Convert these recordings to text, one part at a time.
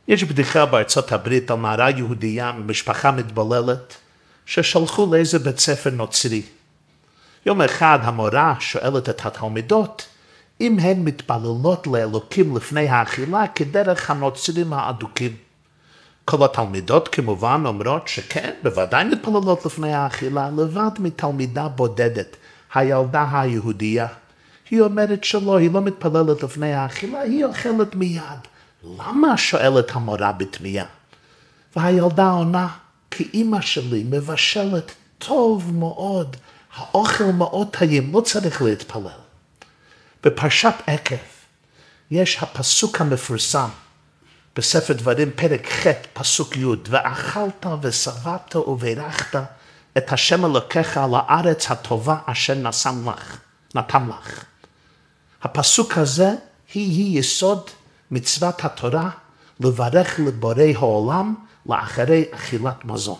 יש בדיחה בארצות הברית על נערה יהודייה ממשפחה מתבוללת, ששלחו לאיזה בית ספר נוצרי. יום אחד המורה שואלת את התלמידות, אם הן מתפללות לאלוקים לפני האכילה כדרך הנוצרים האדוקים. כל התלמידות כמובן אומרות שכן, בוודאי מתפללות לפני האכילה, לבד מתלמידה בודדת, הילדה היהודייה. היא אומרת שלא, היא לא מתפללת לפני האכילה, היא אוכלת מיד. למה? שואלת המורה בתמיהה. והילדה עונה, כי אמא שלי מבשלת טוב מאוד, האוכל מאוד טעים, לא צריך להתפלל. בפרשת עקב יש הפסוק המפורסם, בספר דברים פרק ח' פסוק י', ואכלת ושבעת וברכת את השם אלוקיך על הארץ הטובה אשר נתן לך. הפסוק הזה היא יסוד מצוות התורה לברך לבורא העולם לאחרי אכילת מזון.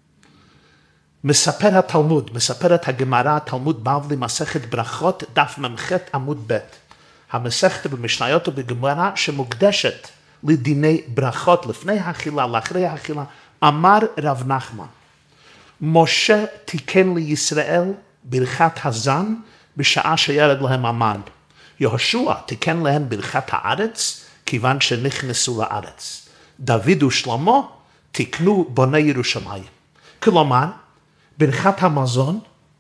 מספר התלמוד, מספרת הגמרא, תלמוד בבלי, מסכת ברכות, דף מ"ח עמוד ב'. המסכת במשניות ובגמרא שמוקדשת לדיני ברכות לפני האכילה, לאחרי האכילה. אמר רב נחמן, משה תיקן לישראל ברכת הזן בשעה שירד להם המן. יהושע תיקן להם ברכת הארץ כיוון שנכנסו לארץ. דוד ושלמה תיקנו בוני ירושלים. כלומר, ברכת המזון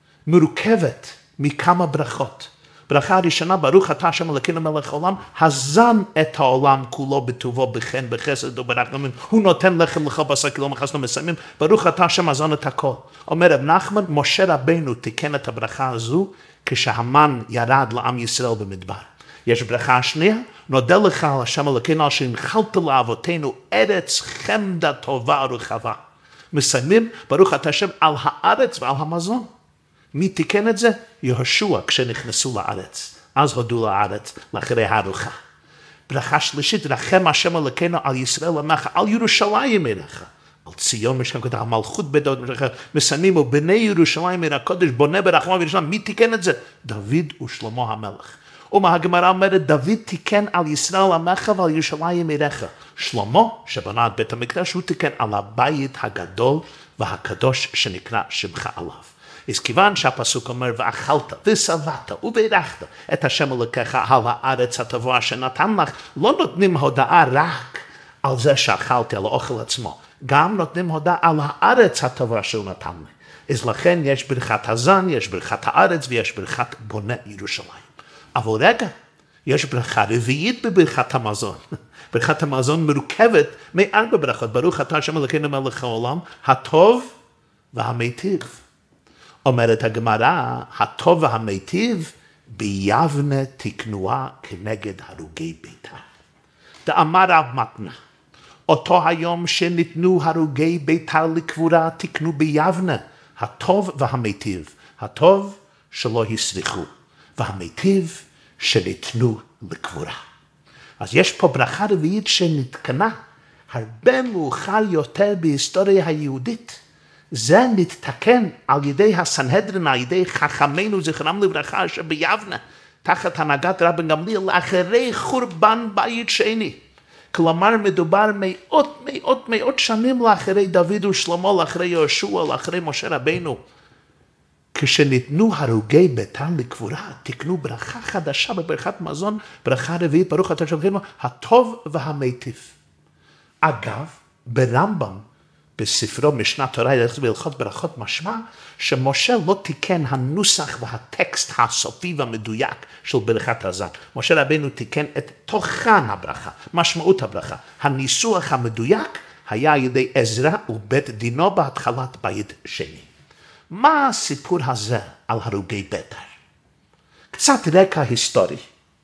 מורכבת מכמה ברכות. ברכה הראשונה, ברוך אתה השם אלוקינו מלך העולם, הזן את העולם כולו בטובו, בחן, בחסד וברחמים. הוא נותן לחם לכל בשר כי לא מחסנו מסיימים. ברוך אתה השם הזן את הכל. אומר רב נחמן, משה רבנו תיקן את הברכה הזו כשהמן ירד לעם ישראל במדבר. יש ברכה שנייה, נודה לך על השם אלוקינו על שהנחלת לאבותינו ארץ חמדה טובה ורחבה. מסיימים, ברוך אתה השם על הארץ ועל המזון. מי תיקן את זה? יהושע כשנכנסו לארץ. אז הודו לארץ לאחרי הארוחה. ברכה שלישית, רחם השם אלוקינו על ישראל עמך, על ירושלים עירך. על ציון משכן קודש, על מלכות בית דוד משכן. מסיימים, ובני ירושלים עיר הקודש בונה ברחמה וירושלים. מי תיקן את זה? דוד ושלמה המלך. ומהגמרא אומרת, דוד תיקן על ישראל עמך ועל ירושלים עירך. שלמה, שבנה את בית המקדש, הוא תיקן על הבית הגדול והקדוש שנקרא שמך עליו. אז כיוון שהפסוק אומר, ואכלת ושבעת וברכת את השם אלוקיך על הארץ הטובה שנתן לך, לא נותנים הודעה רק על זה שאכלתי, על האוכל עצמו, גם נותנים הודעה על הארץ הטובה שהוא נתן לי. אז לכן יש ברכת הזן, יש ברכת הארץ ויש ברכת בונה ירושלים. אבל רגע, יש ברכה רביעית בברכת המזון. ברכת המזון מורכבת מארבע ברכות. ברוך אתה השם אלוקינו מלך העולם, הטוב והמיטיב. אומרת הגמרא, הטוב והמיטיב ביבנה תקנוה כנגד הרוגי ביתר. דאמר רב מתנה, אותו היום שניתנו הרוגי ביתר לקבורה תקנו ביבנה, הטוב והמיטיב. הטוב שלא הסריחו, והמיטיב שניתנו לקבורה. אז יש פה ברכה רביעית שנתקנה הרבה מאוחר יותר בהיסטוריה היהודית. זה נתתקן על ידי הסנהדרין, על ידי חכמינו זכרם לברכה שביבנה, תחת הנהגת רבן גמליאל, אחרי חורבן בית שני. כלומר מדובר מאות שנים לאחרי דוד ושלמה, לאחרי יהושע, לאחרי משה רבנו. כשניתנו הרוגי ביתר לקבורה, תקנו ברכה חדשה בברכת מזון, ברכה רביעית, ברוך אתה השם אלוקינו, הטוב והמיטיב. אגב, ברמב"ם, בספרו משנת תורה והלכות ברכות משמע שמשה לא תיקן הנוסח והטקסט הסופי והמדויק של ברכת הזן. משה רבנו תיקן את תוכן הברכה, משמעות הברכה. הניסוח המדויק היה על ידי עזרא ובית דינו בהתחלת בית שני. מה הסיפור הזה על הרוגי ביתר? קצת רקע היסטורי.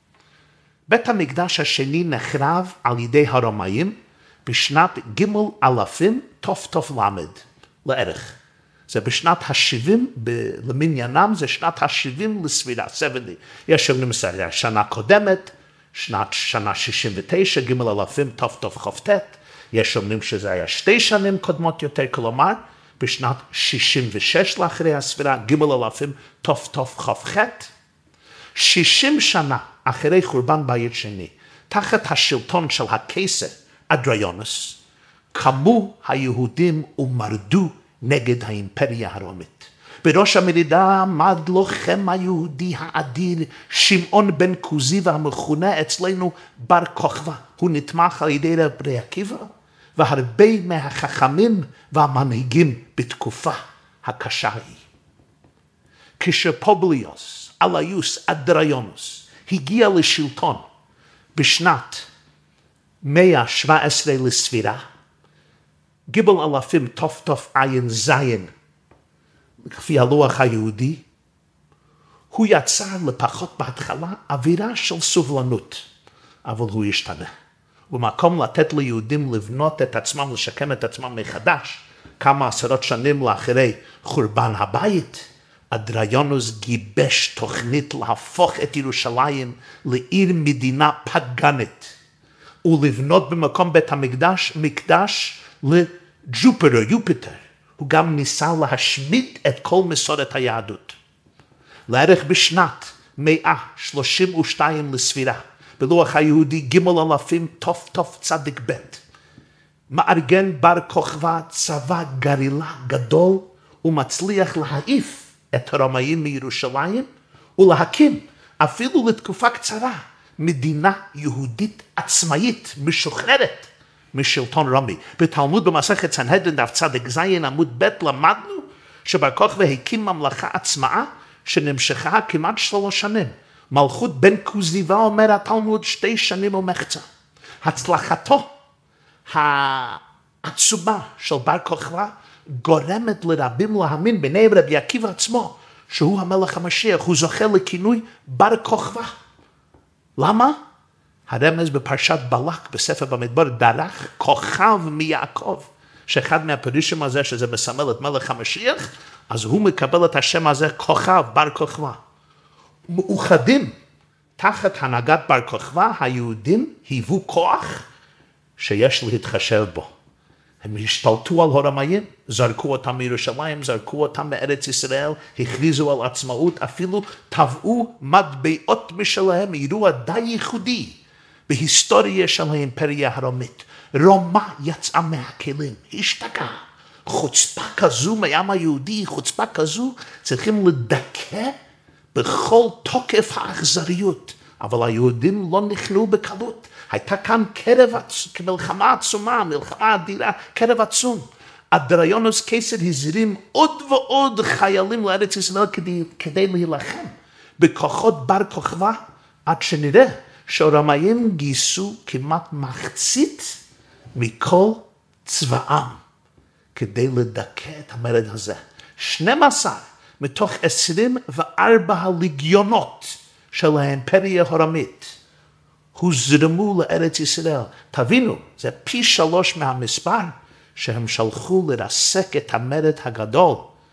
בית המקדש השני נחרב על ידי הרומאים בשנת ג' אלפים תת"ל לערך. זה בשנת ה-70 למניינם, זה שנת ה-70 לספירה, 70. יש שאומרים שזה שנה קודמת, שנה 69, ג' אלפים תת"כ"ט. יש שאומרים שזה היה 2 שנים קודמות יותר, כלומר, בשנת 66 לאחרי הספירה, ג' אלפים תת"כ"ח. 60 שנה אחרי חורבן בית שני, תחת השלטון של הקיסר, אדריונוס, קמו היהודים ומרדו נגד האימפריה הרומית. בראש המרידה עמד לוחם היהודי האדיר שמעון בן כוזי והמכונה אצלנו בר כוכבא. הוא נתמך על ידי רבי עקיבא והרבה מהחכמים והמנהיגים בתקופה הקשה ההיא. כשפובליוס אלאיוס אדריונוס הגיע לשלטון בשנת 117 לספירה, גיבל אלפים תע"ז לפי הלוח היהודי, הוא יצר לפחות בהתחלה אווירה של סובלנות, אבל הוא השתנה. במקום לתת ליהודים לבנות את עצמם, לשקם את עצמם מחדש, כמה עשרות שנים לאחרי חורבן הבית, אדריונוס גיבש תוכנית להפוך את ירושלים לעיר מדינה פגנית, ולבנות במקום בית המקדש מקדש יופיטר. הוא גם ניסה להשמיד את כל מסורת היהדות. לערך בשנת 132 לספירה, בלוח היהודי ג' אלפים תצ"ב, מארגן בר כוכבא צבא גרילה גדול ומצליח להעיף את הרומאים מירושלים ולהקים אפילו לתקופה קצרה מדינה יהודית עצמאית משוחררת משלטון רומי. בתלמוד במסכת סנהדרין דף צ"ז עמוד ב' למדנו שבר כוכבא הקים ממלכה עצמאה שנמשכה כמעט 3 שנים. מלכות בן כוזיבא אומר התלמוד 2 שנים ומחצה. הצלחתו העצומה של בר כוכבא גורמת לרבים להאמין ביני רבי עקיבא עצמו שהוא המלך המשיח. הוא זוכה לכינוי בר כוכבא. למה? הרמז בפרשת בלק בספר במדבר, דרך כוכב מיעקב, שאחד מהפירושים הזה שזה מסמל את מלך המשיח, אז הוא מקבל את השם הזה כוכב, בר כוכבא. מאוחדים תחת הנהגת בר כוכבא, היהודים היוו כוח שיש להתחשב בו. הם השתלטו על הרומאים, זרקו אותם מירושלים, זרקו אותם מארץ ישראל, הכריזו על עצמאות, אפילו טבעו מטבעות משלהם, אירוע די ייחודי בהיסטוריה של האימפריה הרומית. רומא יצאה מהכלים, השתגעה. חוצפה כזו מהעם היהודי, חוצפה כזו צריכים לדכא בכל תוקף האכזריות. אבל היהודים לא נכנעו בקלות. הייתה כאן מלחמה עצומה, מלחמה אדירה, קרב עצום. אדריונוס קיסר הזרים עוד ועוד חיילים לארץ ישראל כדי להילחם בכוחות בר כוכבא, עד שנראה שהרומאים גייסו כמעט מחצית מכל צבאם כדי לדכא את המרד הזה. 12 מתוך 24 הליגיונות של האימפריה הרומית הוזרמו לארץ ישראל. תבינו, זה פי 3 מהמספר שהם שלחו לרסק את המרד הגדול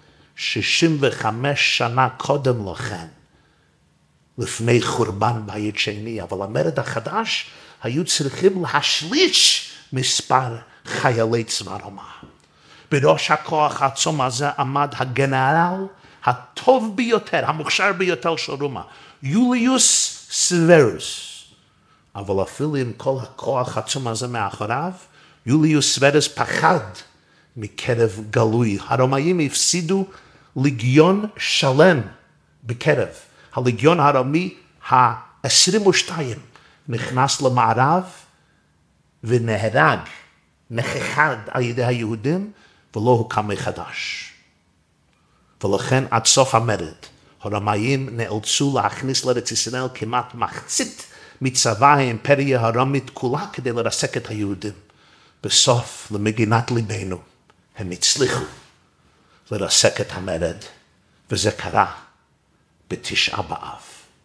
65 שנה קודם לכן, לפני חורבן בית שני. אבל המרד החדש היו צריכים להשליש מספר חיילי צבא רומא. בראש הכוח העצום הזה עמד הגנרל הטוב ביותר, המוכשר ביותר של רומא, יוליוס סוורוס. אבל אפילו עם כל הכוח העצום הזה מאחוריו, יוליוס סוורוס פחד מקרב גלוי. הרומאים הפסידו ליגיון שלם בקרב. הליגיון הרומי ה-22 נכנס למערב ונהרג, נכחד על ידי היהודים ולא הוקם מחדש. ולכן עד סוף המרד הרומאים נאלצו להכניס לארץ ישראל כמעט מחצית מצבא האימפריה הרומית כולה כדי לרסק את היהודים. בסוף, למגינת ליבנו, הם הצליחו לרסק את המרד, וזה קרה בתשעה באב.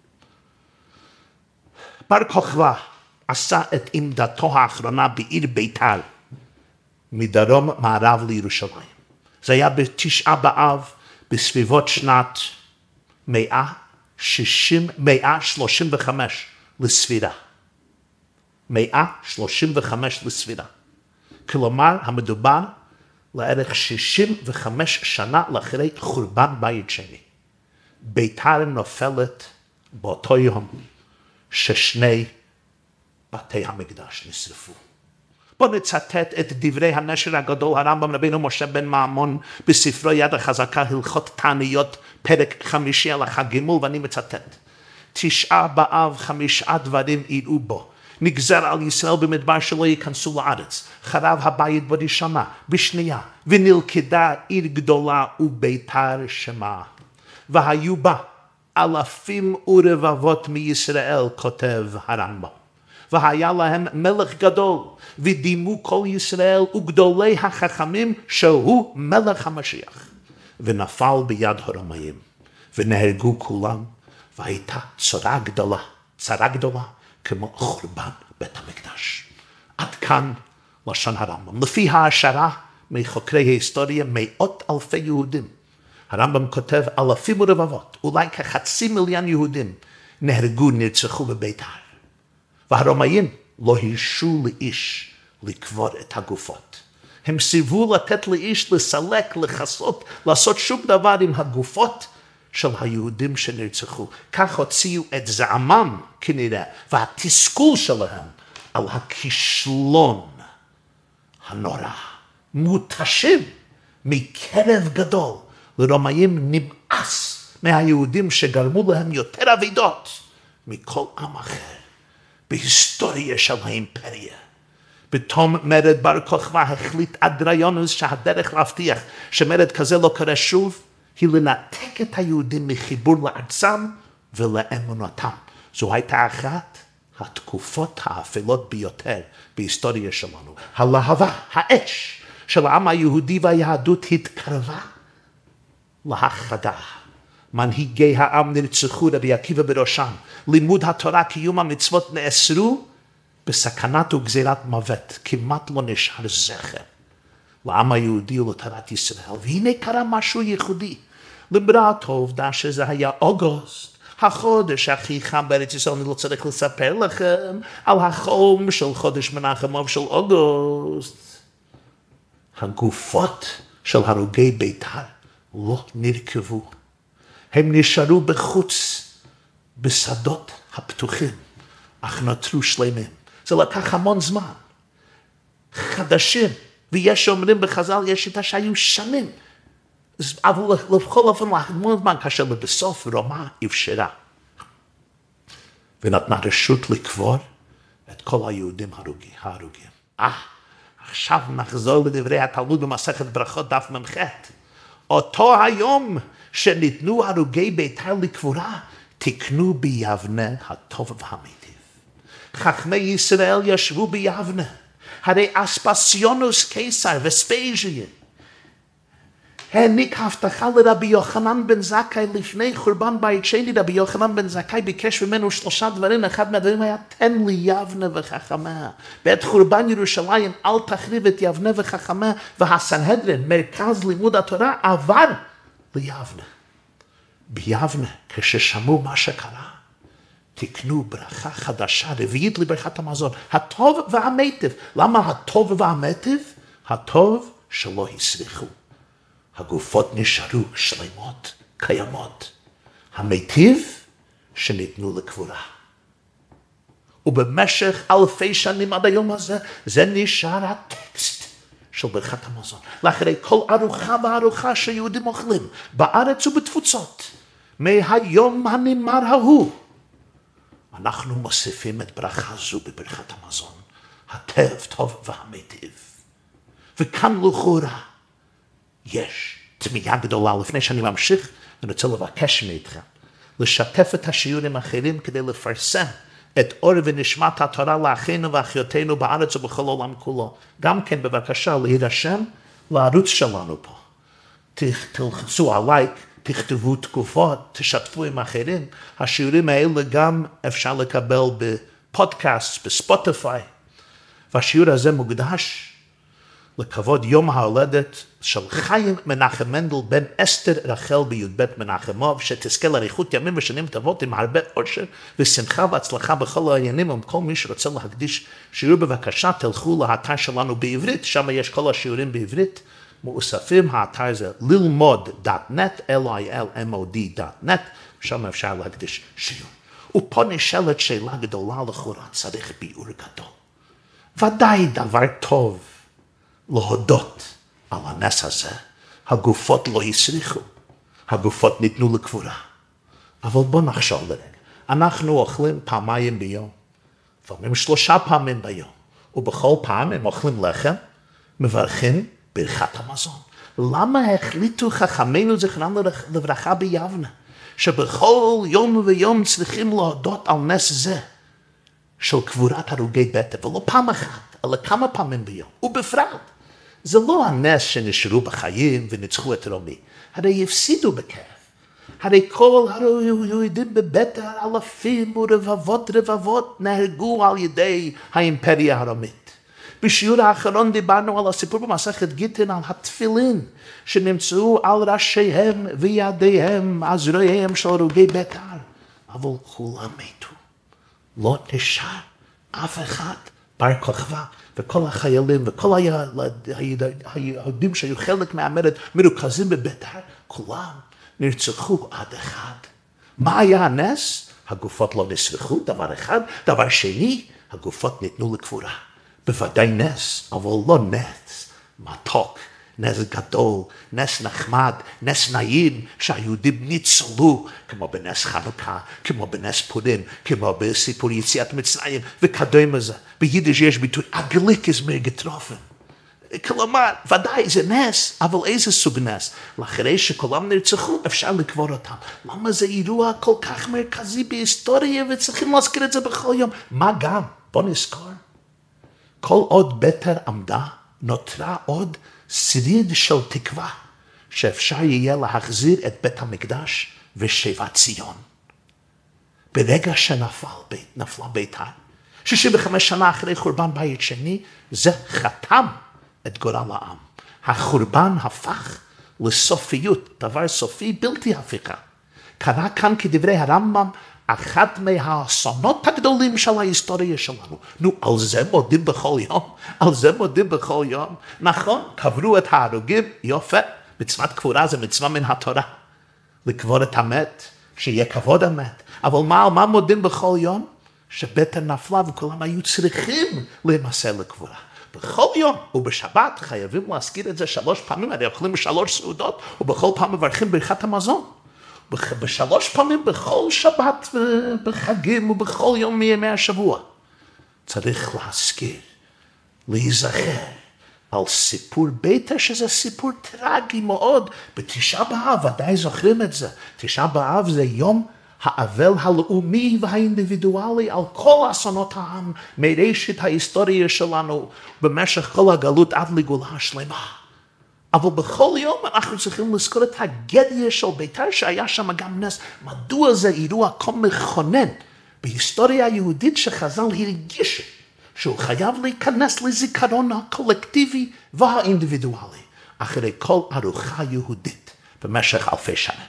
בר כוכבא עשה את עמדתו האחרונה בעיר ביתר, מדרום מערב לירושלים. זה היה בתשעה באב בסביבות שנת 135 לספירה. 135 לספירה. כלומר, המדובר לערך 65 שנה לאחרי חורבן בית שני. ביתר נופלת באותו יום ששני בתי המקדש נשרפו. בוא נצטט את דברי הנשר הגדול הרמב"ם רבינו משה בן מעמון בספרו יד החזקה הלכות תעניות פרק 5 הלכה ג' ואני מצטט. 9 באב 5 דברים יראו בו. נגזר על ישראל במדבר שלא ייכנסו לארץ. חרב הבית בראשונה, בשנייה, ונלכדה עיר גדולה וביתר שמה. והיו בה אלפים ורבבות מישראל, כותב הרמב"ם. והיה להם מלך גדול, ודימו כל ישראל וגדולי החכמים שהוא מלך המשיח. ונפל ביד הרומאים, ונהרגו כולם, והייתה צרה גדולה, כמו חורבן בית המקדש. עד כאן לשון הרמב"ם. לפי ההשערה מחוקרי ההיסטוריה, מאות אלפי יהודים, הרמב"ם כותב אלפים ורבבות, אולי כ500,000 יהודים, נרצחו בביתר. והרומאים לא הרשו לאיש לקבור את הגופות. הם סירבו לתת לאיש לסלק, לכסות, לעשות שום דבר עם הגופות של היהודים שנרצחו. כך הוציאו את זעמם כנראה, והתסכול שלהם על הכישלון הנורא. מותשים מקרב גדול. לרומאים נמאס מהיהודים שגרמו להם יותר אבידות מכל עם אחר בהיסטוריה של האימפריה. בתום מרד בר כוכבא החליט אדריאנוס שהדרך להבטיח שמרד כזה לא קרה שוב, היא לנתק את היהודים מחיבור לארצם ולאמונתם. זו הייתה אחת התקופות האפלות ביותר בהיסטוריה שלנו. הלהבה, האש של העם היהודי והיהדות התקרבה להכחדה. מנהיגי העם נרצחו, רבי עקיבא בראשם. לימוד התורה, קיום המצוות נאסרו בסכנת וגזירת מוות. כמעט לא נשאר זכר לעם היהודי ולתורת ישראל. והנה קרה משהו ייחודי. למרות העובדה שזה היה אוגוסט, החודש הכי חם בארץ ישראל. אני לא צריך לספר לכם על החום של חודש מנחם אב של אוגוסט. הגופות של הרוגי ביתר לא נרכבו. הם נשארו בחוץ, בשדות הפתוחים, אך נותרו שלמים. זה לקח המון זמן. חדשים, ויש שאומרים בחז"ל, יש שיטה שהיו שנים. אבל לכל אופן, המון זמן כאשר בסוף רומא אפשרה. ונתנה רשות לקבור את כל היהודים ההרוגים. עכשיו נחזור לדברי התלמוד במסכת ברכות דף מ"ח. אותו היום שניתנו הרוגי ביתר לקבורה, תקנו ביבנה הטוב והמיטיב. חכמי ישראל ישבו ביבנה. הרי אספסיונוס קיסר וספייז'יין העניק הבטחה לרבי יוחנן בן זכאי לפני חורבן בית שני. רבי יוחנן בן זכאי ביקש ממנו 3 דברים. אחד מהדברים היה תן לי יבנה וחכמיה. בעת חורבן ירושלים אל תחריב את יבנה וחכמיה. והסנהדרין, מרכז לימוד התורה, עבר ליבנה. ביבנה, כששמעו מה שקרה, תקנו ברכה חדשה, רביעית לברכת המזון, הטוב והמיטיב. למה הטוב והמיטיב? הטוב שלא הסריחו. הגופות נשארו שלמות, קיימות. המיטיב שניתנו לקבורה. ובמשך אלפי שנים עד היום הזה, זה נשאר הטקסט של ברכת המזון. לאחרי כל ארוחה וארוחה שיהודים אוכלים, בארץ ובתפוצות, מהיום הנאמר ההוא, אנחנו מוסיפים את ברכה זו בברכת המזון. הטוב והמיטיב. וכאן לכאורה, יש תמיהה גדולה. לפני שאני ממשיך, אני רוצה לבקש מאתכם לשתף את השיעורים האחרים כדי לפרסם את אור ונשמת התורה לאחינו ואחיותינו בארץ ובכל העולם כולו. גם כן בבקשה להירשם לערוץ שלנו פה. תלחצו על לייק, תכתבו תגובות, תשתפו עם אחרים. השיעורים האלה גם אפשר לקבל בפודקאסט, בספוטיפיי. והשיעור הזה מוקדש לכבוד יום ההולדת של חיים מנחם מנדל בן אסתר רחל בי"ב מנחם אב, שתזכה לאריכות ימים ושנים טובות עם הרבה אושר ושמחה והצלחה בכל העניינים. וכל מי שרוצה להקדיש שיעור בבקשה תלכו לאתר שלנו בעברית, שם יש כל השיעורים בעברית מאוספים. האתר זה lilmod.net, lilmod.net, שם אפשר להקדיש שיעור. ופה נשאלת שאלה גדולה לכאורה, צריך ביאור גדול. ודאי דבר טוב להודות על הנס הזה. הגופות לא יסריחו, הגופות ניתנו לקבורה. אבל בוא נחשוב לרגע, אנחנו אוכלים פעמיים ביום, לפעמים 3 פעמים ביום, ובכל פעם הם אוכלים לחם, מברכים ברכת המזון. למה החליטו חכמינו זכרם לברכה ביבנה, שבכל יום ויום צריכים להודות על נס זה, של קבורת הרוגי בטן, ולא פעם אחת, אלא כמה פעמים ביום, ובפרט, זה לא הנס שנשארו בחיים וניצחו את רומי, הרי הפסידו בכאב. הרי כל היהודים בבטן, אלפים ורבבות נהרגו על ידי האימפריה הרומית. בשיעור האחרון דיברנו על הסיפור במסכת גיטין, על התפילין שנמצאו על ראשיהם וידיהם, הזרועיהם של הרוגי בית"ר. אבל כולם מתו. לא נשאר אף אחד בר כוכבא, וכל החיילים וכל היהודים שהיו חלק מהמרד מרוכזים בבית"ר, כולם נרצחו עד אחד. מה היה הנס? הגופות לא נשרחו, דבר אחד. דבר שני, הגופות ניתנו לקבורה. בוודאי נס, אבל לא נס מתוק, נס גדול, נס נחמד, נס נעים, שהיהודים ניצלו, כמו בנס חנוכה, כמו בנס פורים, כמו בסיפור יציאת מצרים, וכדומה זה. ביידיש יש ביטוי, אגליקס מרגטרופן. כלומר, ודאי זה נס, אבל איזה סוג נס? לאחרי שכולם נרצחו, אפשר לקבור אותם. למה זה אירוע כל כך מרכזי בהיסטוריה, וצריכים להזכיר את זה בכל יום? מה גם? בוא נזכור. כל עוד בית"ר עמדה, נותרה עוד שריד של תקווה, שאפשר יהיה להחזיר את בית המקדש ושיבת ציון. ברגע שנפלה בית"ר, 65 שנה אחרי חורבן בית שני, זה חתם את גורל העם. החורבן הפך לסופיות, דבר סופי בלתי הפיכה. קרה כאן כדברי הרמב"ם, אחת מהאסונות הגדולים של ההיסטוריה שלנו. נו, על זה מודים בכל יום, על זה מודים בכל יום. נכון, קברו את ההרוגים, יופי, מצוות קבורה זה מצווה מן התורה. לקבור את המת, שיהיה כבוד המת. אבל מה מודים בכל יום? שבית"ר נפלה וכולם היו צריכים להימסר לקבורה. בכל יום ובשבת חייבים להזכיר את זה 3 פעמים, הרי אוכלים 3 סעודות, ובכל פעם מברכים ברכת המזון. 3 פעמים בכל שבת בחגים ובכל יום מימי השבוע. צריך להזכיר, להיזכר על סיפור בית"ר, שזה סיפור טרגי מאוד. בתשעה באב, ודאי זוכרים את זה. תשעה באב זה יום האבל הלאומי והאינדיבידואלי על כל אסונות העם, מראשית ההיסטוריה שלנו, במשך כל הגלות עד לגאולה השלמה. אבל בכל יום אנחנו צריכים לזכור את הגדיה של בית"ר, שהיה שם גם נס. מדוע זה אירוע כה מכונן בהיסטוריה היהודית, שחז"ל הרגיש שהוא חייב להיכנס לזיכרון הקולקטיבי והאינדיבידואלי, אחרי כל ארוחה יהודית במשך אלפי שנים.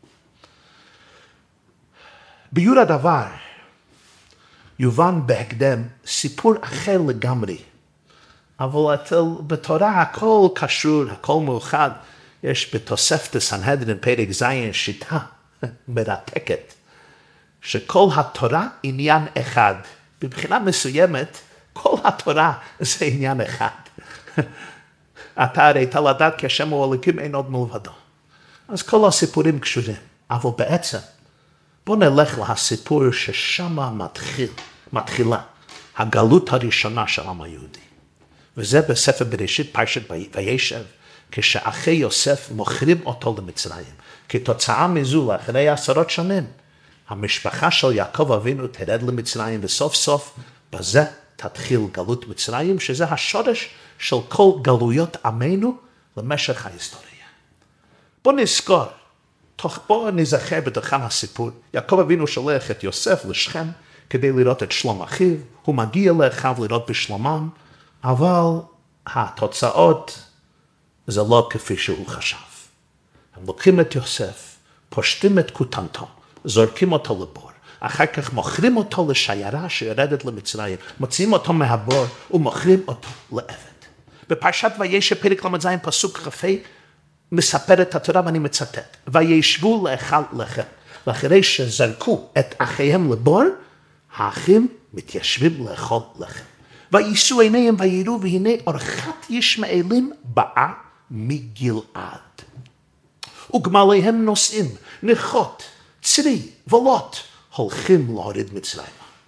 ביור הדבר יובן בהקדם סיפור אחר לגמרי, אבל בתורה הכל קשור, הכל מאוחד. יש בתוספתא סנהדרין פרק ז' שיטה מרתקת, שכל התורה עניין אחד. מבחינה מסוימת, כל התורה זה עניין אחד. אתה הרי תלדת כי השם הוא אלוקים אין עוד מלבדו. אז כל הסיפורים קשורים, אבל בעצם בוא נלך לסיפור ששם מתחילה הגלות הראשונה של העם היהודי. וזה בספר בראשית פרשת וישב, כשאחי יוסף מוכרים אותו למצרים. כתוצאה מזו, לאחרי 10 שנים, המשפחה של יעקב אבינו תרד למצרים, וסוף סוף בזה תתחיל גלות מצרים, שזה השורש של כל גלויות עמנו למשך ההיסטוריה. בוא נזכור, בוא נזכר בתוכן הסיפור. יעקב אבינו שולח את יוסף לשכם כדי לראות את שלום אחיו, הוא מגיע לאחיו לראות בשלומם, אבל התוצאות זה לא כפי שהוא חשב. הם לוקחים את יוסף, פושטים את כותנתו, זורקים אותו לבור, אחר כך מוכרים אותו לשיירה שיורדת למצרים, מוציאים אותו מהבור ומוכרים אותו לעבד. בפרשת וישב פרק ל"ז פסוק כ"ה מספרת התורה, ואני מצטט, וישבו לאכל לחם, ואחרי שזרקו את אחיהם לבור, האחים מתיישבים לאכול לחם. ויישאו עיניהם ויראו, והנה אורחת ישמעאלים באה מגלעד. וגמליהם נוסעים, נכות, צרי ולוט, הולכים להוריד מצרימה.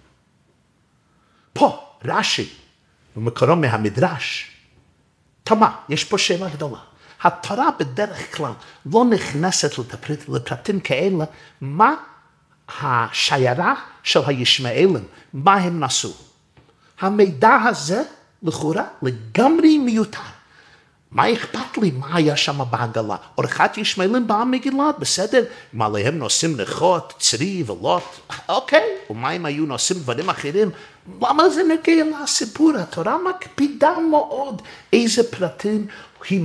פה רש"י, ומקורו מהמדרש, תמה, יש פה שאלה גדולה. התורה בדרך כלל לא נכנסת לפרטים כאלה, מה השיירה של הישמעאלים, מה הם נשאו. המידע הזה, לכאורה, לגמרי מיותר. מה אכפת לי? מה היה שם בעגלה? אורחת ישמעאלים באה מגלעד, בסדר? אם עליהם נושאים נכות, צרי ולוט, אוקיי. ומה אם היו נושאים דברים אחרים? למה זה נגיע לסיפור? התורה מקפידה מאוד איזה פרטים היא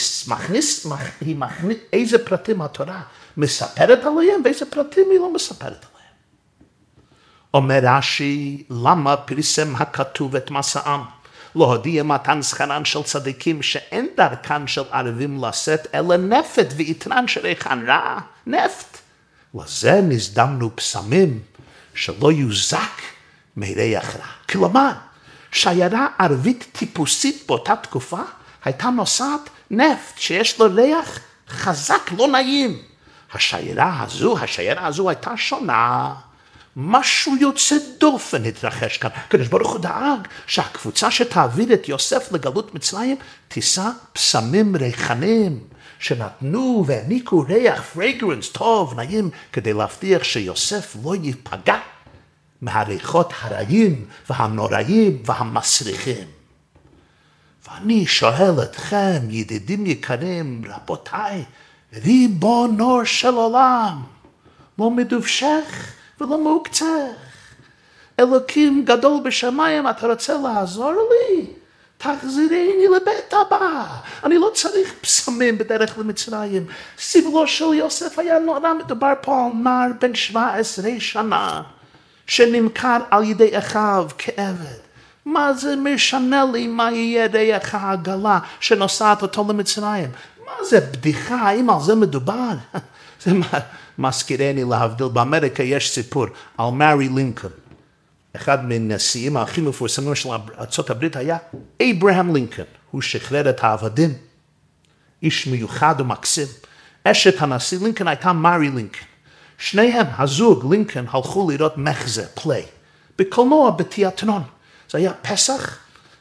איזה פרטים התורה מספרת עליהם ואיזה פרטים היא לא מספרת עליהם. אומר רש"י, למה פרסם הכתוב את מסעם? להודיע מתן שכרן של צדיקים שאין דרכן של ערבים לשאת אלא נפת ויתרן שריחן רע, נפט. לזה נזדמנו פסמים שלא יוזק מריח רע. כלומר, שיירה ערבית טיפוסית באותה תקופה הייתה נוסעת נפט שיש לו ריח חזק, לא נעים. השיירה הזו הייתה שונה. משהו יוצא דופן התרחש כאן. הקדוש ברוך הוא דאג שהקבוצה שתעביר את יוסף לגלות מצרים תישא פסמים ריחניים שנתנו והעניקו ריח פרגרנס טוב, נעים, כדי להבטיח שיוסף לא ייפגע מהריחות הרעים והנוראים והמסריחים. ואני שואל אתכם, ידידים יקרים, רבותיי, ריבונו של עולם, לא מדובשך ולא מעוקצך. אלוקים גדול בשמיים, אתה רוצה לעזור לי? תחזיריני לבית הבא. אני לא צריך פסמים בדרך למצרים. סבלו של יוסף היה נורא, מדובר פה על נער בן 17 שנה, שנמכר על ידי אחיו כעבד. מה זה משנה לי מה יהיה ריח העגלה שנוסעת אותו למצרים? מה זה בדיחה? האם על זה מדובר? זה מזכירני להבדיל. באמריקה יש סיפור על מארי לינקולן. אחד מהנשיאים הכי מפורסמים של ארצות הברית היה אברהם לינקולן. הוא שחרר את העבדים. איש מיוחד ומקסים. אשת הנשיא לינקולן הייתה מארי לינקולן. שניהם, הזוג לינקולן, הלכו לראות מחזה, פליי, בקולנוע בתיאטרון. זה היה פסח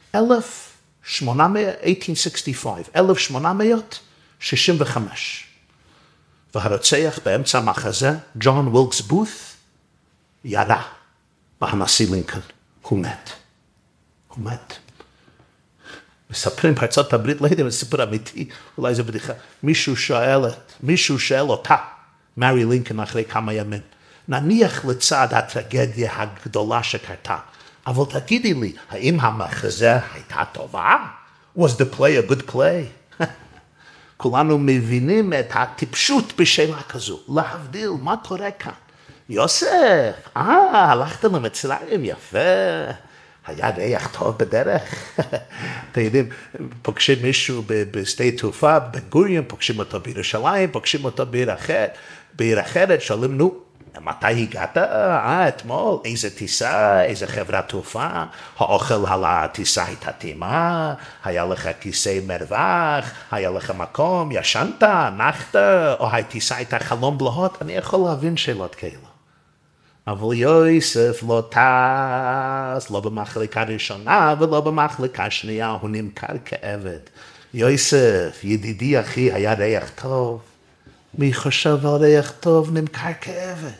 1865. והרוצח באמצע המחזה, ג'ון וילקס בות', ירה בהנשיא לינקולן. הוא מת. מספרים בארצות הברית, לא יודע אם זה סיפור אמיתי, אולי זה בדיחה. מישהו שואל אותה, מארי לינקולן אחרי כמה ימים, נניח לצד הטרגדיה הגדולה שקרתה, אבל תגידי לי, האם המחזה הייתה טובה? Was the play a good play? כולנו מבינים את הטיפשות בשאלה כזו. להבדיל, מה קורה כאן? יוסף, הלכת למצרים, יפה. היה ריח טוב בדרך. אתם יודעים, פוגשים מישהו בשדה תעופה, בן גוריון, פוגשים אותו בירושלים, פוגשים אותו בעיר אחרת, שואלים, נו, מתי הגעת? אתמול, איזה טיסה, איזה חברת תעופה, האוכל על הטיסה הייתה טעימה, היה לך כיסא מרווח, היה לך מקום, ישנת, נחת, או הטיסה הייתה חלום בלהות, אני יכול להבין שאלות כאלה. אבל יוסף לא טס, לא במחלקה ראשונה ולא במחלקה שנייה, הוא נמכר כעבד. יוסף, ידידי אחי, היה ריח טוב. מי חושב על ריח טוב נמכר כעבד?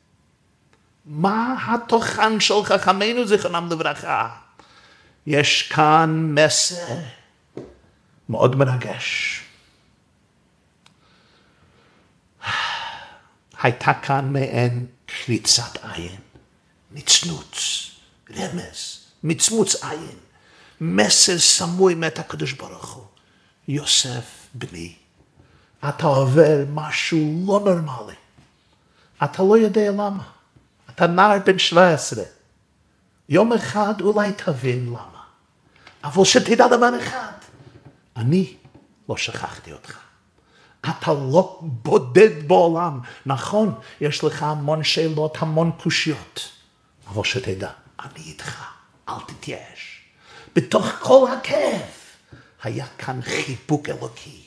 מה התוכן של חכמינו זיכרונם לברכה? יש כאן מסר מאוד מרגש. הייתה כאן מעין קריצת עין, נצנוץ, רמז, מצמוץ עין, מסר סמוי מאת הקדוש ברוך הוא. יוסף בני, אתה עובר משהו לא נורמלי. אתה לא יודע למה. אתה נער בן 17. יום אחד אולי תבין למה. אבל שתדע דבר אחד, אני לא שכחתי אותך. אתה לא בודד בעולם. נכון, יש לך המון שאלות, המון קושיות. אבל שתדע, אני איתך, אל תתייאש. בתוך כל הכאב, היה כאן חיבוק אלוקי.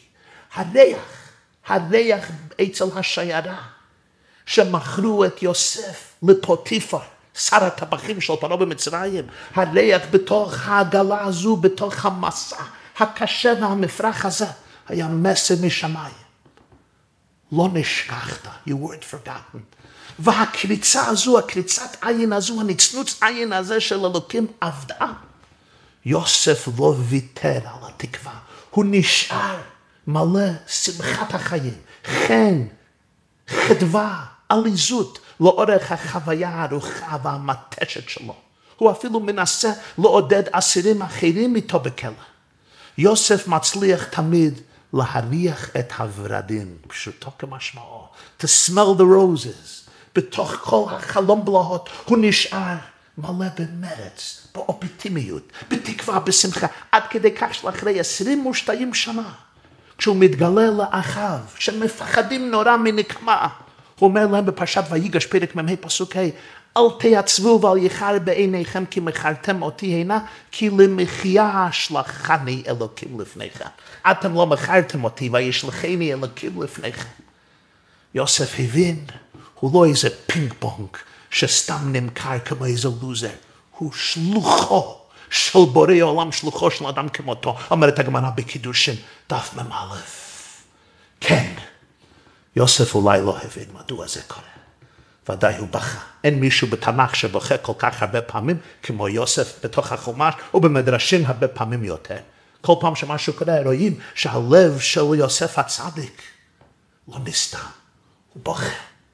הריח אצל השיירה, שמכרו את יוסף לפוטיפר, שר הטבחים של פרעה במצרים, הריח בתוך העגלה הזו, בתוך המסע הקשה והמפרח הזה, היה מסר משמיים. לא נשכחת, you weren't forgotten. והקריצה הזו, הקריצת עין הזו, הנצנוץ עין הזה של אלוקים עבדה. יוסף לא ויתר על התקווה, הוא נשאר מלא שמחת החיים, חן, חדווה, עליזות, לאורך החוויה הארוכה והמתשת שלו. הוא אפילו מנסה לעודד אסירים אחרים איתו בכלא. יוסף מצליח תמיד להריח את הורדים, פשוטו כמשמעו. To smell the roses. בתוך כל החלום בלהות הוא נשאר מלא במרץ, באופטימיות, בתקווה, בשמחה, עד כדי כך שלאחרי 22 שנה, כשהוא מתגלה לאחיו, שמפחדים נורא מנקמה, הוא אומר להם בפרשת ויגש פרק מ"ה פסוק ה', אל תעצבו ואל יכר בעיניכם כי מכרתם אותי הנה, כי למחיה שלחני אלוקים לפניכם. אתם לא מכרתם אותי וישלחני אלוקים לפניכם. יוסף הבין, הוא לא איזה פינג פונג שסתם נמכר כמו איזה לוזר, הוא שלוחו של בורא עולם, שלוחו של אדם כמותו, אומרת הגמרא בקידושין, דף מ"א. כן, יוסף אולי לא הבין מדוע זה קורה. ודאי הוא בכה. אין מישהו בתנ"ך שבוכה כל כך הרבה פעמים כמו יוסף בתוך החומש, ובמדרשים הרבה פעמים יותר. כל פעם שמשהו קורה רואים שהלב של יוסף הצדיק לא נסתם, הוא בוכה.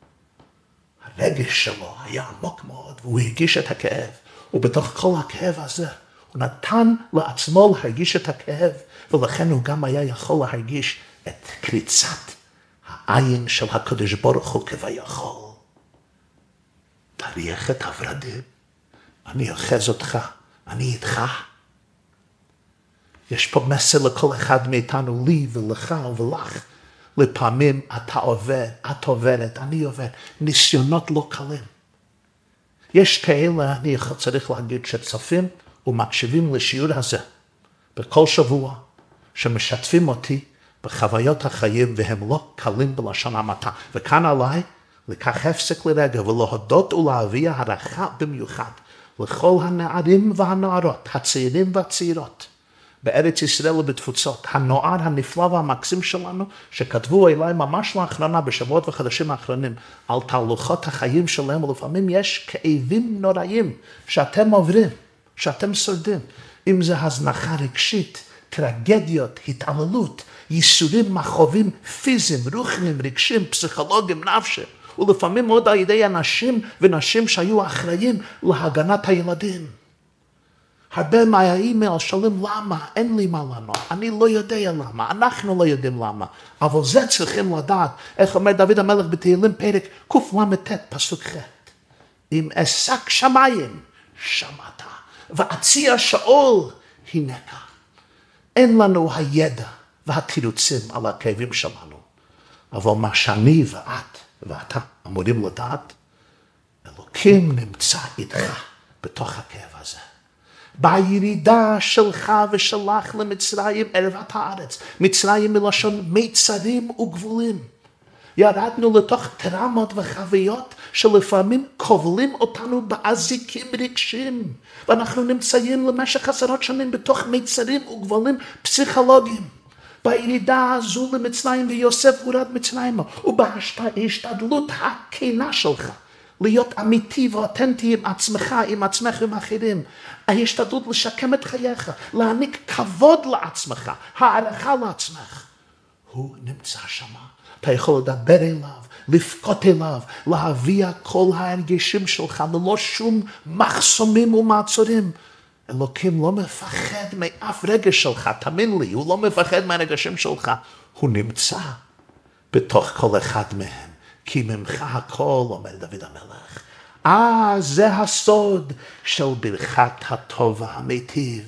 הרגש שלו היה עמוק מאוד, והוא הרגיש את הכאב. ובתוך כל הכאב הזה, הוא נתן לעצמו להרגיש את הכאב, ולכן הוא גם היה יכול להרגיש את קריצת העין של הקדוש ברוך הוא כביכול. תריח את הורדים, אני אוחז אותך, אני איתך. יש פה מסר לכל אחד מאיתנו, לי ולך ולך. לפעמים אתה עובר, את עוברת, אני עובר, ניסיונות לא קלים. יש כאלה, אני צריך להגיד, שצופים ומקשיבים לשיעור הזה, בכל שבוע, שמשתפים אותי בחוויות החיים, והם לא קלים בלשון המעטה. וכאן עליי, לקח הפסק לרגע, ולהודות ולהביע הערכה במיוחד, לכל הנערים והנערות, הצעירים והצעירות, בארץ ישראל ובתפוצות, הנוער הנפלא והמקסים שלנו, שכתבו אליי ממש לאחרונה, בשבועות וחודשים האחרונים, על תהלוכות החיים שלהם, ולפעמים יש כאבים נוראים שאתם עוברים, שאתם שורדים, אם זה הזנחה רגשית, טרגדיות, התעללות, ייסורים מכאובים פיזיים, רוחניים, רגשיים, פסיכולוגיים, נפשיים, ולפעמים עוד על ידי אנשים ונשים שהיו אחראים להגנת הילדים. הרבה מהאימייל שואלים למה, אין לי מה לענות, אני לא יודע למה, אנחנו לא יודעים למה, אבל זה צריכים לדעת, איך אומר דוד המלך בתהילים פרק קל"ט פסוק ח', אם אשק שמיים שמעת, ואציע שאול הנקה. אין לנו הידע והתירוצים על הכאבים שלנו, אבל מה שאני ואת ואתה אמורים לדעת, אלוקים נמצא איתך בתוך הכאב הזה. בירידה שלך ושלך למצרים, ערבת הארץ, מצרים מלשון מיצרים וגבולים. ירדנו לתוך טראומות וחוויות שלפעמים כובלים אותנו באזיקים רגשיים, ואנחנו נמצאים למשך עשרות שנים בתוך מיצרים וגבולים פסיכולוגיים. בירידה הזו למצרים, ויוסף הורד מצרימה, ובהשתדלות הכנה שלך, להיות אמיתי ואותנטי עם עצמך, עם עצמך ועם אחרים. ההשתדלות לשקם את חייך, להעניק כבוד לעצמך, הערכה לעצמך. הוא נמצא שם. אתה יכול לדבר אליו, לפקות אליו, להביע כל ההרגשים שלך, ללא שום מחסומים ומעצורים. אלוקים לא מפחד מאף רגש שלך, תאמין לי, הוא לא מפחד מהרגשים שלך. הוא נמצא בתוך כל אחד מהם. כי ממך הכל, אומר דוד המלך. זה הסוד של ברכת הטוב והמיטיב.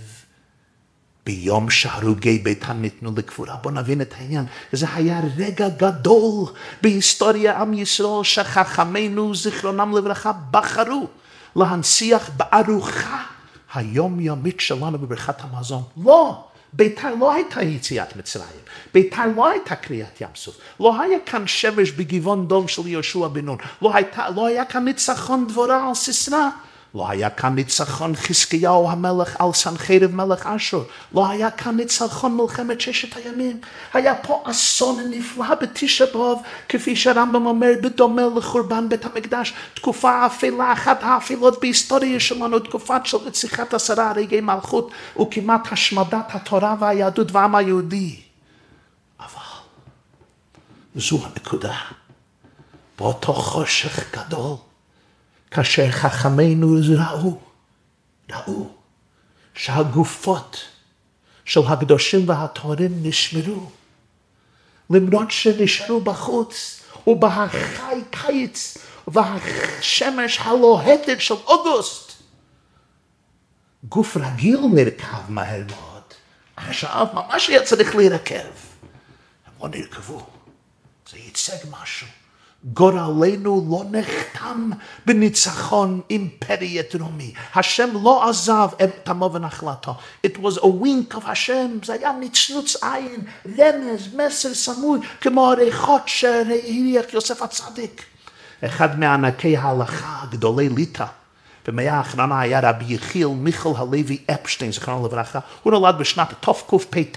ביום שהרוגי ביתן ניתנו לקבורה. בוא נבין את העניין. זה היה רגע גדול בהיסטוריה עם ישראל, שחכמינו זיכרונם לברכה בחרו להנציח בארוחה היומיומית שלנו בברכת המזון. לא, ביתר לא הייתה יציאת מצרים, ביתר לא הייתה קריאת ים סוף, לא היה כאן שמש בגבעון דום של יהושע בן נון, לא היה כאן ניצחון דבורה על סיסרא, לא היה כאן ניצחון חזקיהו המלך על סנחריב מלך אשור, לא היה כאן ניצחון מלחמת ששת הימים, היה פה אסון נפלא בתשעה באב, כפי שהרמב"ם אומר, בדומה לחורבן בית המקדש, תקופה אפלה, אחת האפלות בהיסטוריה שלנו, תקופה של רציחת 10 רגעי מלכות, וכמעט השמדת התורה והיהדות והעם היהודי. אבל זו הנקודה, באותו חושך גדול, כאשר חכמינו ראו שהגופות של הקדושים והטהורים נשמרו, למרות שנשארו בחוץ ובחי קיץ ובשמש הלוהטת של אוגוסט. גוף רגיל נרכב מהר מאוד, עכשיו ממש היה צריך להירקב. הם לא נרכבו, זה ייצג משהו. גורלנו לא נחתם בניצחון אימפריית רומי. השם לא עזב את עמו ונחלתו. It was a wink of השם. זה היה נצנוץ עין, רמז, מסר סמוי, כמו הריחות שהריח יוסף הצדיק. אחד מענקי ההלכה הגדולי ליטא, במאה האחרונה היה רבי יחיאל מיכל הלוי אפשטיין, זכרונו לברכה. הוא נולד בשנת תקפ"ט,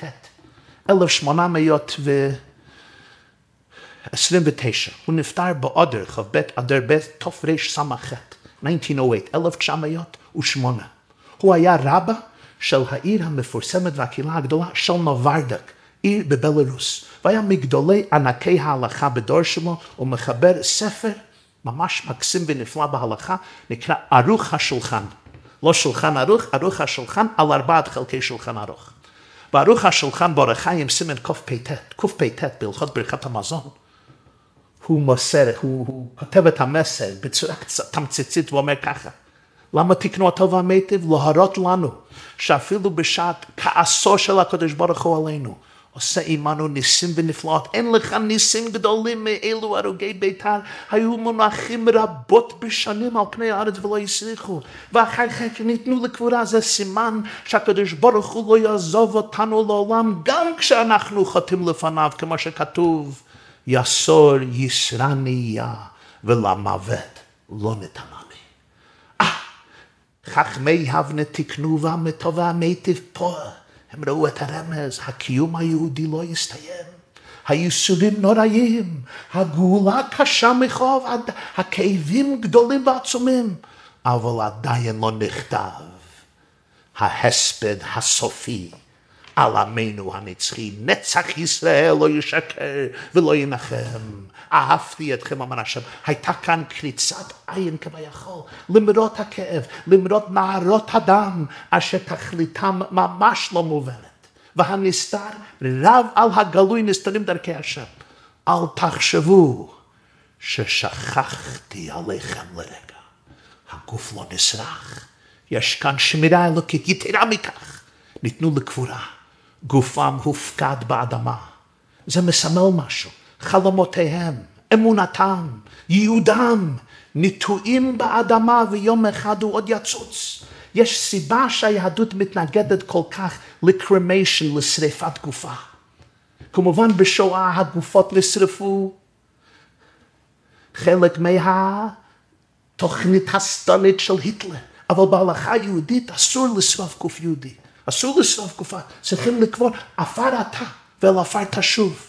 1829. הוא נפטר באדר, כ"ב אדר ב' תרס"ח, 1908. הוא היה רבא של העיר המפורסמת והקהילה הגדולה של נוברדק, עיר בבלרוס, והיה מגדולי ענקי ההלכה בדור שלו, ומחבר ספר ממש מקסים ונפלא בהלכה, נקרא ערוך השולחן. לא שולחן ערוך, ערוך השולחן על 4 חלקי שולחן ערוך. בערוך השולחן באורח חיים סימן קפ"ט בהלכות ברכת המזון. הוא כותב את המסר בצורה קצת תמציתית ואומר ככה, למה תקנו הטוב והמיטיב? להראות לנו שאפילו בשעת כעסו של הקדוש ברוך הוא עלינו, עושה עמנו ניסים ונפלאות. אין לך ניסים גדולים מאלו הרוגי ביתר, היו מונחים רבות בשנים על פני הארץ ולא יצליחו, ואחר כך ניתנו לקבורה. זה סימן שהקדוש ברוך הוא לא יעזוב אותנו לעולם, גם כשאנחנו חוטאים לפניו, כמו שכתוב, יסור ישרניה ולמוות לא נתנני. חכמי הבנה תקנו והטוב והמיטיב פה. הם ראו את הרמז, הקיום היהודי לא יסתיים. הייסורים נוראים, הגאולה קשה מחוב, הכאבים גדולים ועצומים, אבל עדיין לא נכתב ההספד הסופי על עמנו הנצחי. נצח ישראל לא ישקר ולא ינחם. אהבתי אתכם, אמר השם. הייתה כאן קריצת עין כביכול, למרות הכאב, למרות נהרות הדם, אשר תכליתם ממש לא מובנת. והנסתר רב על הגלוי, נסתרים דרכי השם. אל תחשבו ששכחתי עליכם לרגע. הגוף לא נשרח. יש כאן שמירה אלוקית. יתרה מכך, ניתנו לקבורה. גופם הופקד באדמה. זה מסמל משהו. חלומותיהם, אמונתם, ייעודם, נטועים באדמה, ויום אחד הוא עוד יצוץ. יש סיבה שהיהדות מתנגדת כל כך לקרמיישן, לשריפת גופה. כמובן בשואה הגופות נשרפו, חלק מהתוכנית השטנית של היטלר, אבל בהלכה היהודית אסור לשרוף גוף יהודי. אסור לשרוף גופה, צריכים לקבור עפר אתה ואל עפר תשוב.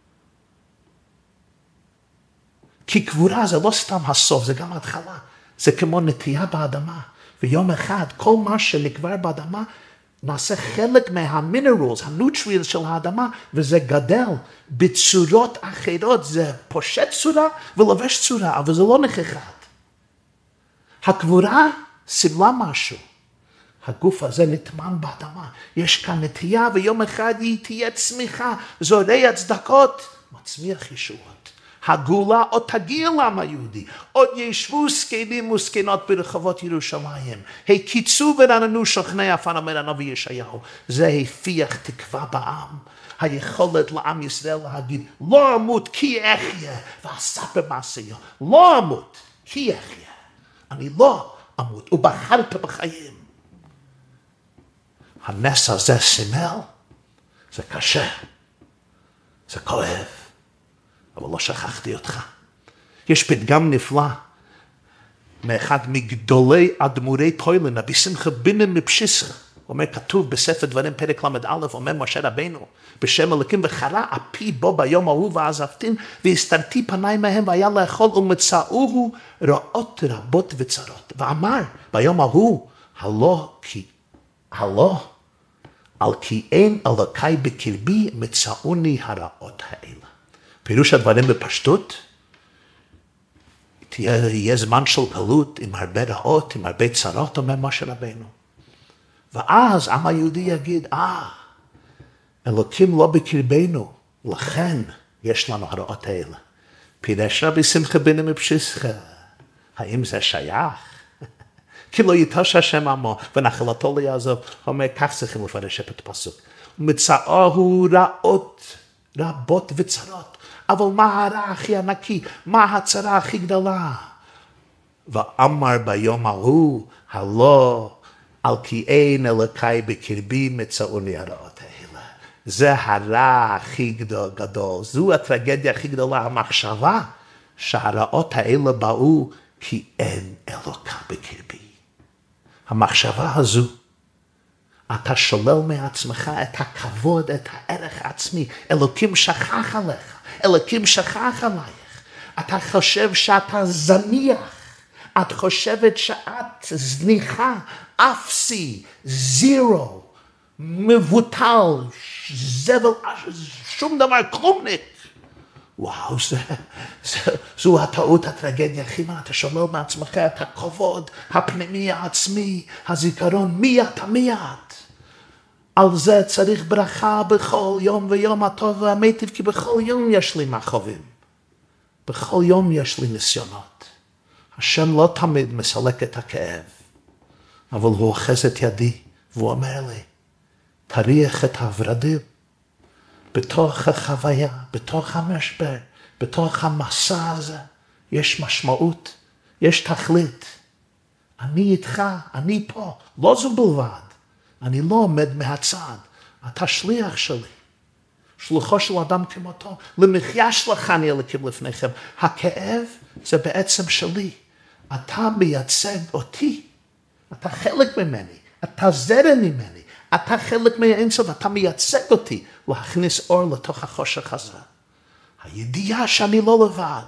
כי קבורה זה לא סתם הסוף, זה גם ההתחלה. זה כמו נטייה באדמה. ויום אחד כל מה שנקבר באדמה נעשה חלק מהמינרלס, הנוטריאנס של האדמה, וזה גדל בצורות אחרות. זה פושט צורה ולובש צורה, אבל זה לא נכחת. הקבורה סימלה משהו. הגוף הזה נטמן באדמה. יש כאן נטייה, ויום אחד היא תהיה צמיחה, זורע צדקות, מצמיח ישועות. הגאולה עוד תגיע לעם היהודי, עוד ישבו זקנים וזקנות ברחובות ירושלים, הקיצו ורננו שוכני עפר, אומר הנביא ישעיהו. זה הפיח תקווה בעם, היכולת לעם ישראל להגיד, לא אמות כי אחיה, ועשה במעשיה. לא אמות כי אחיה, אני לא אמות, ובחרת בחיים. הנס הזה סימל, זה קשה, זה כואב, אבל לא שכחתי אותך. יש פתגם נפלא, מאחד מגדולי אדמו"רי פוילן, רבי שמחה בינם מפשיסחה, אומר, כתוב בספר דברים פרק ל"א, אומר משה רבנו, בשם אלוקים, וחרה אפי בו ביום ההוא ועזבתים, והסתרתי פניי מהם, והיה לאכול ומצאוהו רעות רבות וצרות. ואמר ביום ההוא, הלא, על כי אין אלוקי בקרבי מצאוני הרעות האלה. פירוש הדברים בפשטות, יהיה זמן של גלות עם הרבה רעות, עם הרבה צרות, אומר משה רבנו. ואז עם היהודי יגיד, אלוקים לא בקרבנו, לכן יש לנו הרעות האלה. פירש רבי שמחה בינם מפשיסחה, האם זה שייך? כי לא יטוש השם עמו, ונחלתו לא יעזוב. אומר, כך צריכים לפרש את הפסוק. מצאוהו רעות רבות וצרות. אבל מה הרע הכי ענקי? מה הצרה הכי גדולה? ואמר ביום ההוא, הלא על כי אין אלוקי בקרבי מצאוני הרעות האלה. זה הרע הכי גדול. זו הטרגדיה הכי גדולה, המחשבה שהרעות האלה באו כי אין אלוקי בקרבי. המחשבה הזו, אתה שולל מעצמך את הכבוד, את הערך העצמי. אלוקים שכח עליך, אלוקים שכח עלייך. אתה חושב שאתה זניח, את חושבת שאת זניחה, אפסי, זירו, מבוטל, זבל, שום דבר, כלומניק. וואו, זו הטעות, הטרגדיה הכי מה, אתה שולל מעצמך את הכבוד, הפנימי העצמי, הזיכרון, מי אתה מיד. על זה צריך ברכה בכל יום ויום הטוב והמיטיב, כי בכל יום יש לי מכאובים. בכל יום יש לי ניסיונות. השם לא תמיד מסלק את הכאב, אבל הוא אוחז את ידי, והוא אומר לי, תריח את הורדים, בתוך החוויה, בתוך המשבר, בתוך המסע הזה, יש משמעות, יש תכלית. אני איתך, אני פה, לא זו בלבד. אני לא עומד מהצד, אתה שליח שלי. שלוחו של אדם כמותו, למחיה שלחני אלוקים לפניכם. הכאב זה בעצם שלי. אתה מייצג אותי. אתה חלק ממני. אתה זרם ממני. אתה חלק מהאינסוף, אתה מייצג אותי להכניס אור לתוך החושך הזה. הידיעה שאני לא לבד,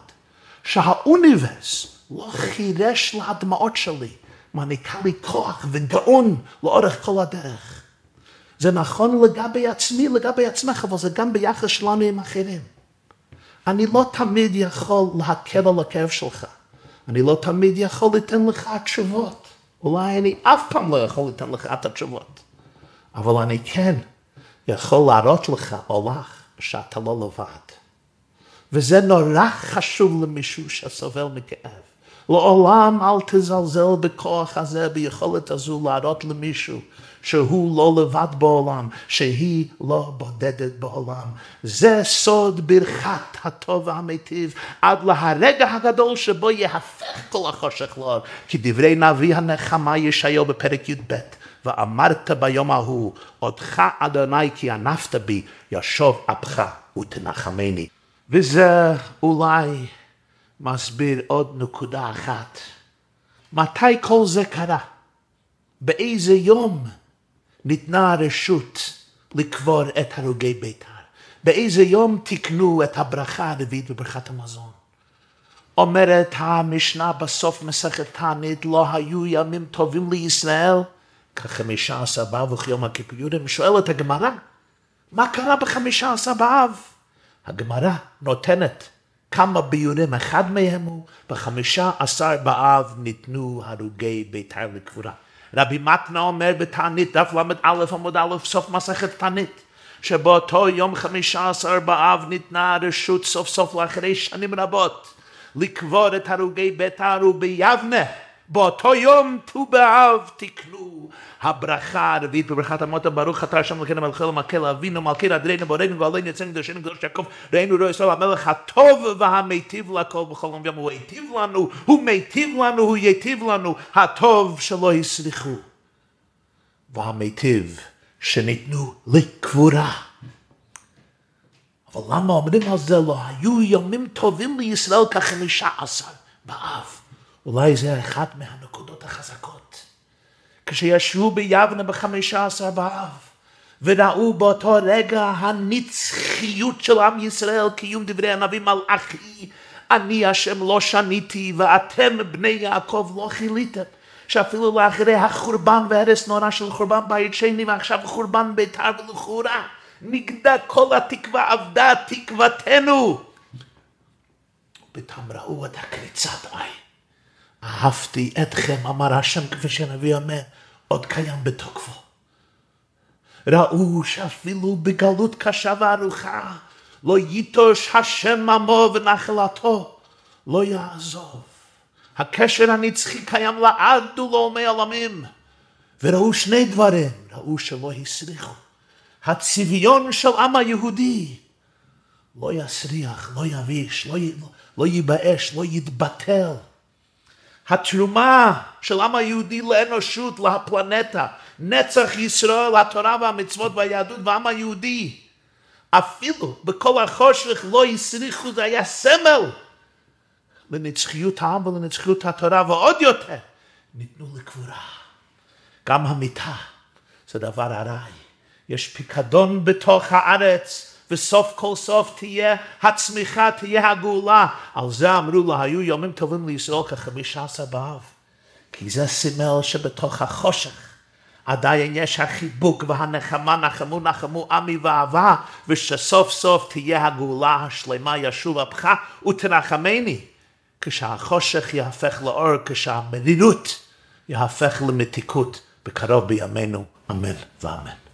שהאוניברס לא חירש להדמעות שלי, מעניקה לי כוח וגאון לאורך כל הדרך. זה נכון לגבי עצמי, לגבי עצמך, אבל זה גם ביחס שלנו עם אחרים. אני לא תמיד יכול להקל על הכאב שלך. אני לא תמיד יכול לתת לך תשובות. אולי אני אף פעם לא יכול לתת לך את התשובות. אבל אני כן יכול להראות לך או לך שאתה לא לבד. וזה נורא חשוב למישהו שסובל מכאב. לעולם אל תזלזל בכוח הזה, ביכולת הזו להראות למישהו שהוא לא לבד בעולם, שהיא לא בודדת בעולם. זה סוד ברכת הטוב והמיטיב, עד להרגע הגדול שבו יהפך כל החושך לאור. כי דברי נביא הנחמה ישעיהו בפרק י"ב, ואמרת ביום ההוא, אותך אדוני כי ענפת בי, ישוב אפך ותנחמני. וזה אולי מסביר עוד נקודה אחת. מתי כל זה קרה? באיזה יום ניתנה הרשות לקבור את הרוגי בית"ר? באיזה יום תקנו את הברכה הרביעית בברכת המזון? אומרת המשנה בסוף מסכת תענית, לא היו ימים טובים לישראל כ15 באב וכיום הכיפורים. שואלת הגמרא, מה קרה ב15 באב? הגמרא נותנת כמה ביורים, אחד מהם הוא ב15 באב ניתנו הרוגי בית"ר לקבורה. רבי מתנה אומר בתענית דף ל"א עמוד א' סוף מסכת תענית, שבאותו יום 15 באב ניתנה הרשות סוף סוף לאחרי שנים רבות לקבור את הרוגי בית"ר, וביבנה באותו יום ט"ו באב תקנו הברכה הרביעית בברכת המוטה, ברוך אתה השם אלוקינו מלך העולם מלכי אבינו מלכי אדרנו בורנו גואלנו יוצאנו קדושנו קדוש יעקב ראינו רואי ישראל המלך הטוב והמיטיב לכל בכל יום ויום. הוא היטיב לנו, הוא מיטיב לנו, הוא ייטיב לנו. הטוב שלא יסריחו והמיטיב שניתנו לקבורה. אבל למה אומרים על זה לא היו ימים טובים לישראל כ-15 באב? אולי זה אחד מהנקודות החזקות. כשישבו ביבנה ב-15 באב, וראו באותו רגע הנצחיות של עם ישראל, קיום דברי הנביא מלאכי, אני השם לא שניתי ואתם בני יעקב לא חיליתם. שאפילו לאחרי החורבן והרס נורא של חורבן בית שני ועכשיו חורבן ביתר ולחורה, נגדע כל התקווה, אבדה תקוותנו. פתאום ראו את הקריצת עין. אהבתי אתכם, אמר השם, כפי שנביא אומר, עוד קיים בתוקפו. ראו שאפילו בגלות קשה וארוכה, לא ייטוש השם עמו ונחלתו, לא יעזוב. הקשר הנצחי קיים לעד ולעולמי עולמים. וראו שני דברים, ראו שלא הסריחו. הצביון של עם היהודי לא יסריח, לא יביש, לא ייבאש, לא יתבטל. התרומה של עם היהודי לאנושות, לפלנטה, נצח ישראל, התורה והמצוות והיהדות והעם היהודי, אפילו בכל החושך לא יסריחו, זה היה סמל לנצחיות העם ולנצחיות התורה, ועוד יותר ניתנו לקבורה. גם המיטה זה דבר ארעי. יש פיקדון בתוך הארץ, וסוף כל סוף תהיה הצמיחה, תהיה הגאולה. על זה אמרו לה, היו ימים טובים לישראל כ-15 באב. כי זה סימל שבתוך החושך עדיין יש החיבוק והנחמה, נחמו עמי ואהבה, ושסוף סוף תהיה הגאולה השלמה, ישוב אפך ותנחמני. כשהחושך יהפך לאור, כשהמרירות יהפך למתיקות, בקרוב בימינו, אמן ואמן.